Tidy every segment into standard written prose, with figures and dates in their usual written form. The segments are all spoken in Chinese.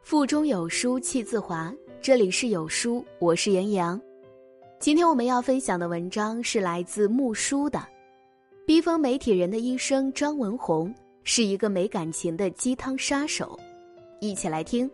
腹中有书气自华，这里是有书，我是杨洋。今天我们要分享的文章是来自木书的逼疯媒体人的医生张文宏是一个没感情的鸡汤杀手，一起来听。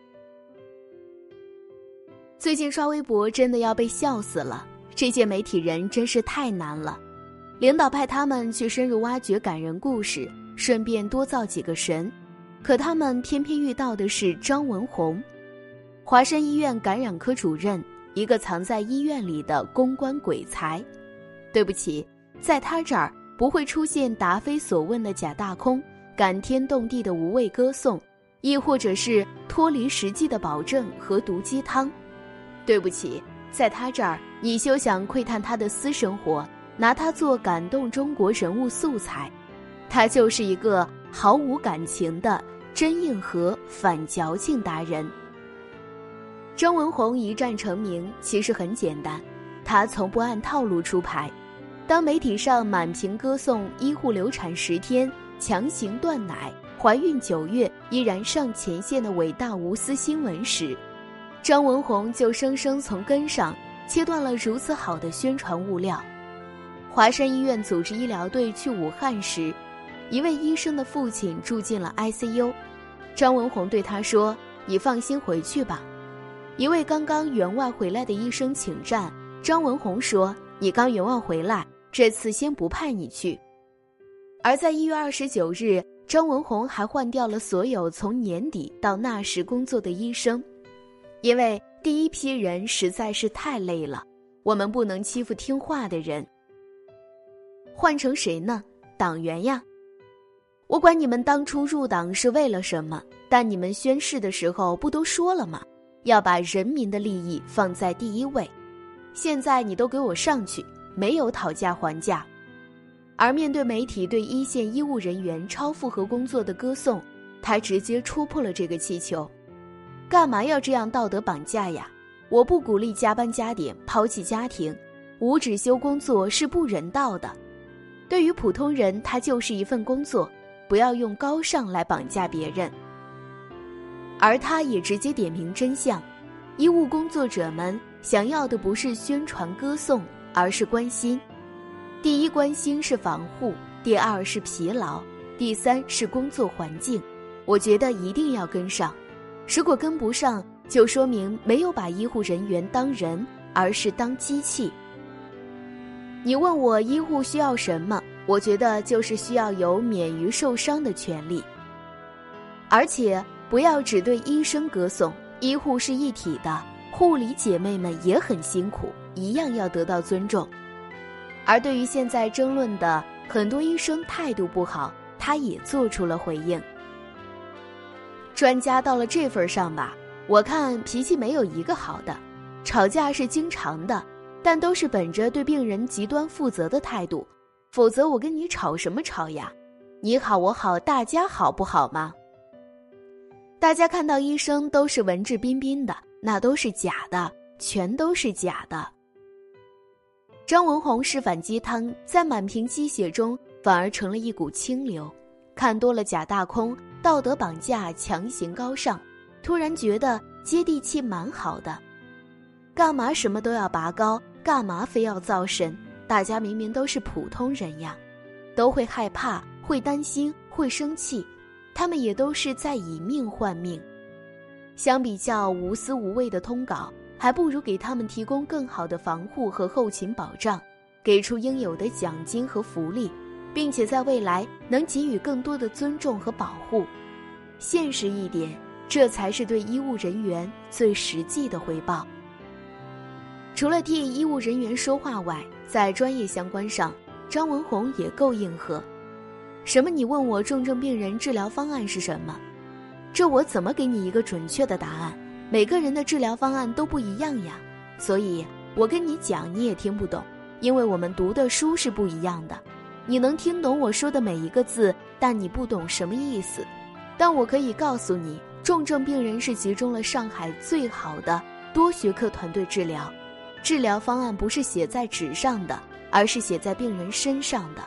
最近刷微博真的要被笑死了，这届媒体人真是太难了。领导派他们去深入挖掘感人故事，顺便多造几个神，可他们偏偏遇到的是张文宏，华山医院感染科主任，一个藏在医院里的公关鬼才。对不起，在他这儿不会出现答非所问的假大空，感天动地的无谓歌颂，亦或者是脱离实际的保证和毒鸡汤。对不起，在他这儿你休想窥探他的私生活，拿他做感动中国人物素材。他就是一个毫无感情的真硬核反矫情达人。张文宏一战成名其实很简单，他从不按套路出牌。当媒体上满屏歌颂医护流产10天、强行断奶、怀孕9月依然上前线的伟大无私新闻时，张文宏就生生从根上切断了如此好的宣传物料。华山医院组织医疗队去武汉时，一位医生的父亲住进了 ICU， 张文宏对他说：“你放心回去吧。”一位刚刚援外回来的医生请战，张文宏说：“你刚援外回来，这次先不派你去。”而在1月29日，张文宏还换掉了所有从年底到那时工作的医生，因为第一批人实在是太累了，我们不能欺负听话的人。换成谁呢？党员呀。我管你们当初入党是为了什么，但你们宣誓的时候不都说了吗？要把人民的利益放在第一位。现在你都给我上去，没有讨价还价。而面对媒体对一线医务人员超负荷工作的歌颂，他直接戳破了这个气球。干嘛要这样道德绑架呀？我不鼓励加班加点，抛弃家庭，无止休工作是不人道的。对于普通人，它就是一份工作，不要用高尚来绑架别人。而他也直接点明真相，医务工作者们想要的不是宣传歌颂，而是关心。第一关心是防护，第二是疲劳，第三是工作环境。我觉得一定要跟上，如果跟不上，就说明没有把医护人员当人，而是当机器。你问我医护需要什么，我觉得就是需要有免于受伤的权利。而且不要只对医生歌颂，医护是一体的，护理姐妹们也很辛苦，一样要得到尊重。而对于现在争论的很多医生态度不好，他也做出了回应。专家到了这份上吧，我看脾气没有一个好的，吵架是经常的，但都是本着对病人极端负责的态度，否则我跟你吵什么吵呀？你好我好大家好不好吗？大家看到医生都是文质彬彬的，那都是假的，全都是假的。张文宏是反鸡汤，在满屏鸡血中反而成了一股清流。看多了假大空、道德绑架、强行高尚，突然觉得接地气蛮好的。干嘛什么都要拔高？干嘛非要造神？大家明明都是普通人呀，都会害怕，会担心，会生气，他们也都是在以命换命。相比较无私无畏的通稿，还不如给他们提供更好的防护和后勤保障，给出应有的奖金和福利，并且在未来能给予更多的尊重和保护。现实一点，这才是对医务人员最实际的回报。除了替医务人员说话外，在专业相关上，张文宏也够硬核。什么你问我重症病人治疗方案是什么？这我怎么给你一个准确的答案？每个人的治疗方案都不一样呀，所以我跟你讲你也听不懂，因为我们读的书是不一样的。你能听懂我说的每一个字，但你不懂什么意思。但我可以告诉你，重症病人是集中了上海最好的多学科团队治疗，治疗方案不是写在纸上的，而是写在病人身上的。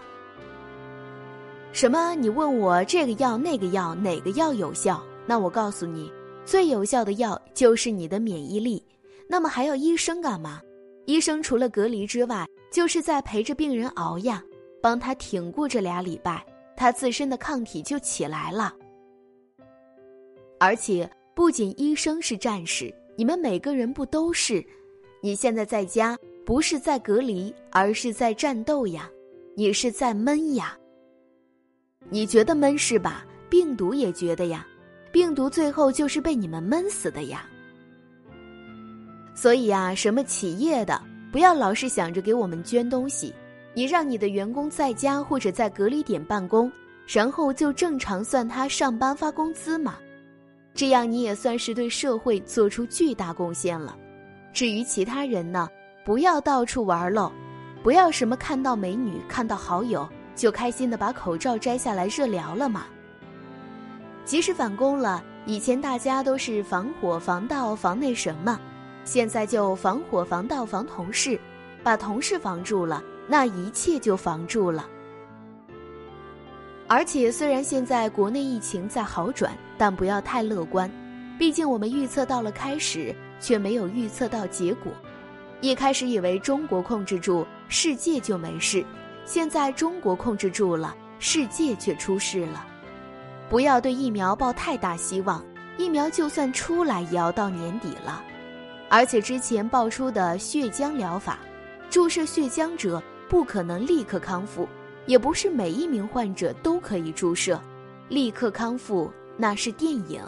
什么你问我这个药那个药哪个药有效，那我告诉你， 最有效的药就是你的免疫力。那么还要医生干嘛？医生除了隔离之外，就是在陪着病人熬呀，帮他挺过这2礼拜，他自身的抗体就起来了。而且不仅医生是战士，你们每个人不都是？你现在在家不是在隔离，而是在战斗呀，你是在闷呀。你觉得闷是吧？病毒也觉得呀，病毒最后就是被你们闷死的呀。所以啊，什么企业的，不要老是想着给我们捐东西，你让你的员工在家或者在隔离点办公，然后就正常算他上班发工资嘛。这样你也算是对社会做出巨大贡献了。至于其他人呢，不要到处玩喽，不要什么看到美女看到好友就开心的把口罩摘下来热聊了嘛。即使返工了，以前大家都是防火防盗防那什么，现在就防火防盗防同事，把同事防住了，那一切就防住了。而且虽然现在国内疫情在好转，但不要太乐观，毕竟我们预测到了开始，却没有预测到结果。一开始以为中国控制住，世界就没事，现在中国控制住了，世界却出事了。不要对疫苗抱太大希望，疫苗就算出来也要到年底了。而且之前爆出的血浆疗法，注射血浆者不可能立刻康复，也不是每一名患者都可以注射，立刻康复那是电影。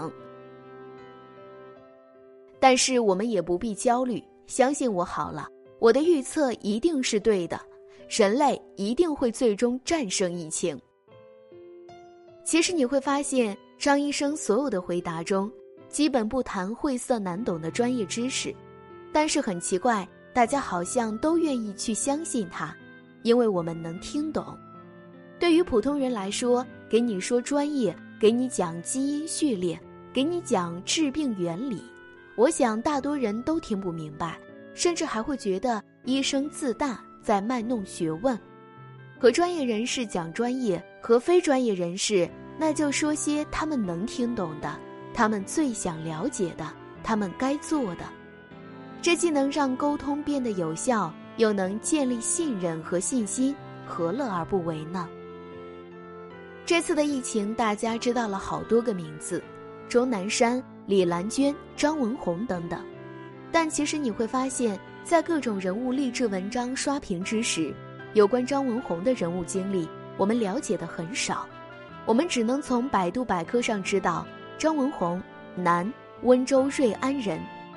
但是我们也不必焦虑，相信我好了，我的预测一定是对的，人类一定会最终战胜疫情。其实你会发现，张医生所有的回答中，基本不谈晦涩难懂的专业知识，但是很奇怪，大家好像都愿意去相信他，因为我们能听懂。对于普通人来说，给你说专业，给你讲基因序列，给你讲治病原理，我想大多人都听不明白，甚至还会觉得医生自大，在卖弄学问。和专业人士讲专业，和非专业人士，那就说些他们能听懂的，他们最想了解的，他们该做的。这既能让沟通变得有效，又能建立信任和信心，何乐而不为呢？这次的疫情，大家知道了好多个名字，钟南山、李兰娟、张文宏等等。但其实你会发现，在各种人物励志文章刷屏之时，有关张文宏的人物经历，我们了解的很少。我们只能从百度百科上知道，张文宏，男，温州瑞安人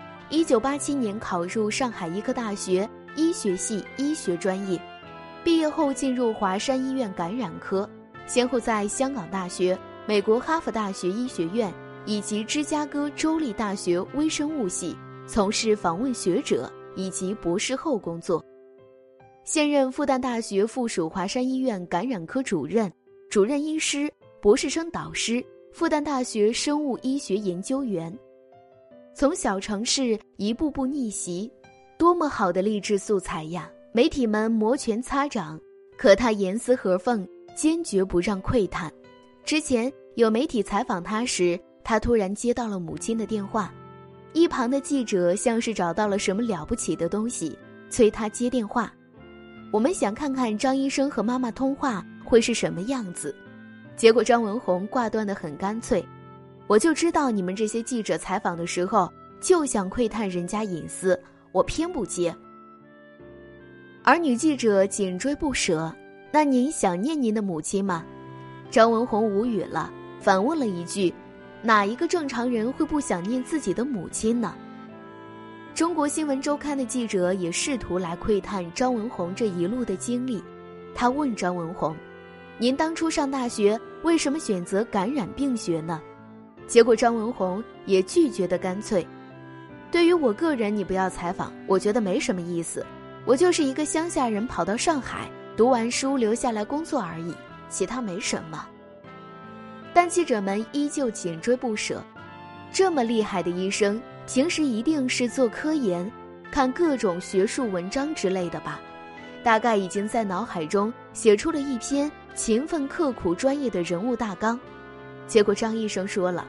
，1987年考入上海医科大学医学系医学专业，毕业后进入华山医院感染科，先后在香港大学、美国哈佛大学医学院以及芝加哥州立大学微生物系从事访问学者以及博士后工作，现任复旦大学附属华山医院感染科主任、主任医师、博士生导师，复旦大学生物医学研究员。从小城市一步步逆袭，多么好的励志素材呀！媒体们摩拳擦掌，可他严丝合缝，坚决不让窥探。之前有媒体采访他时，他突然接到了母亲的电话，一旁的记者像是找到了什么了不起的东西，催他接电话。我们想看看张医生和妈妈通话会是什么样子，结果张文宏挂断得很干脆，我就知道你们这些记者采访的时候就想窥探人家隐私，我偏不接。而女记者紧追不舍，那您想念您的母亲吗？张文宏无语了，反问了一句，哪一个正常人会不想念自己的母亲呢？中国新闻周刊的记者也试图来窥探张文宏这一路的经历，他问张文宏，您当初上大学为什么选择感染病学呢？结果张文宏也拒绝得干脆，对于我个人你不要采访，我觉得没什么意思，我就是一个乡下人跑到上海读完书留下来工作而已，其他没什么。但记者们依旧紧追不舍，这么厉害的医生，平时一定是做科研，看各种学术文章之类的吧，大概已经在脑海中写出了一篇勤奋刻苦专业的人物大纲。结果张医生说了，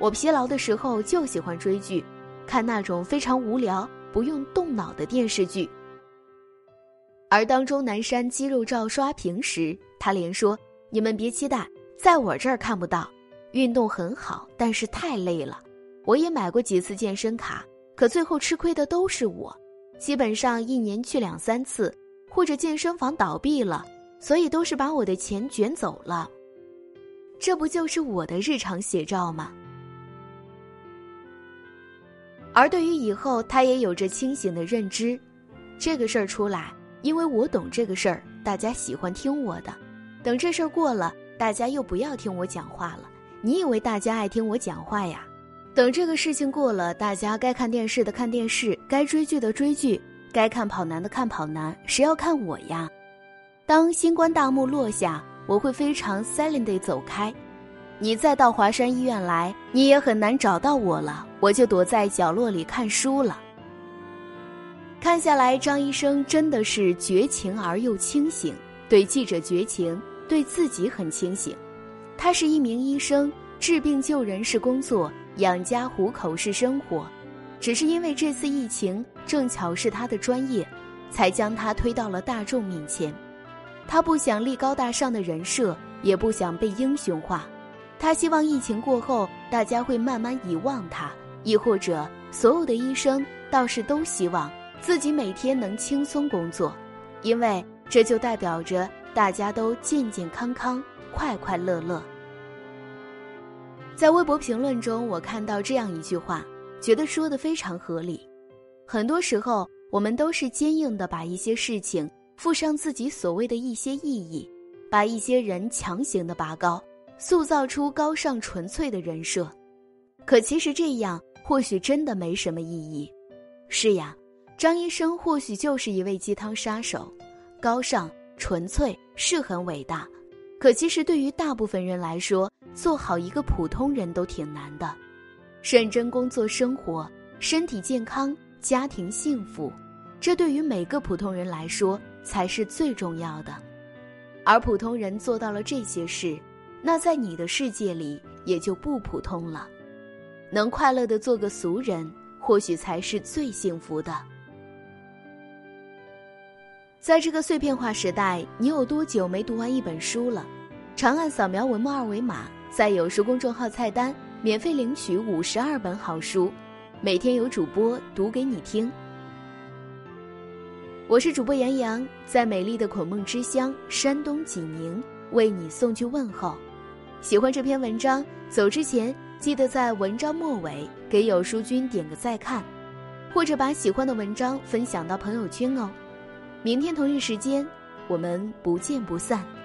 我疲劳的时候就喜欢追剧，看那种非常无聊、不用动脑的电视剧。而当钟南山肌肉照刷屏时，他连说：“你们别期待，在我这儿看不到。运动很好，但是太累了。我也买过几次健身卡，可最后吃亏的都是我，基本上一年去2-3次，或者健身房倒闭了，所以都是把我的钱卷走了。”这不就是我的日常写照吗？而对于以后，他也有着清醒的认知，这个事儿出来，因为我懂这个事儿，大家喜欢听我的。等这事儿过了，大家又不要听我讲话了。你以为大家爱听我讲话呀？等这个事情过了，大家该看电视的看电视，该追剧的追剧，该看跑男的看跑男，谁要看我呀？当新冠大幕落下，我会非常 silent 地走开。你再到华山医院来，你也很难找到我了，我就躲在角落里看书了。看下来，张医生真的是绝情而又清醒，对记者绝情，对自己很清醒。他是一名医生，治病救人是工作，养家糊口是生活。只是因为这次疫情正巧是他的专业，才将他推到了大众面前。他不想立高大上的人设，也不想被英雄化。他希望疫情过后，大家会慢慢遗忘他，亦或者所有的医生倒是都希望自己每天能轻松工作，因为这就代表着大家都健健康康、快快乐乐。在微博评论中，我看到这样一句话，觉得说得非常合理。很多时候，我们都是坚硬地把一些事情附上自己所谓的一些意义，把一些人强行地拔高，塑造出高尚纯粹的人设。可其实这样或许真的没什么意义。是呀，张医生或许就是一位鸡汤杀手，高尚纯粹是很伟大，可其实对于大部分人来说，做好一个普通人都挺难的。认真工作生活，身体健康，家庭幸福，这对于每个普通人来说才是最重要的。而普通人做到了这些事，那在你的世界里也就不普通了。能快乐地做个俗人，或许才是最幸福的。在这个碎片化时代，你有多久没读完一本书了？长按扫描文末二维码，在有书公众号菜单免费领取52本好书，每天有主播读给你听。我是主播杨洋，在美丽的孔孟之乡山东济宁为你送去问候。喜欢这篇文章，走之前记得在文章末尾给有书君点个再看，或者把喜欢的文章分享到朋友圈哦。明天同一时间，我们不见不散。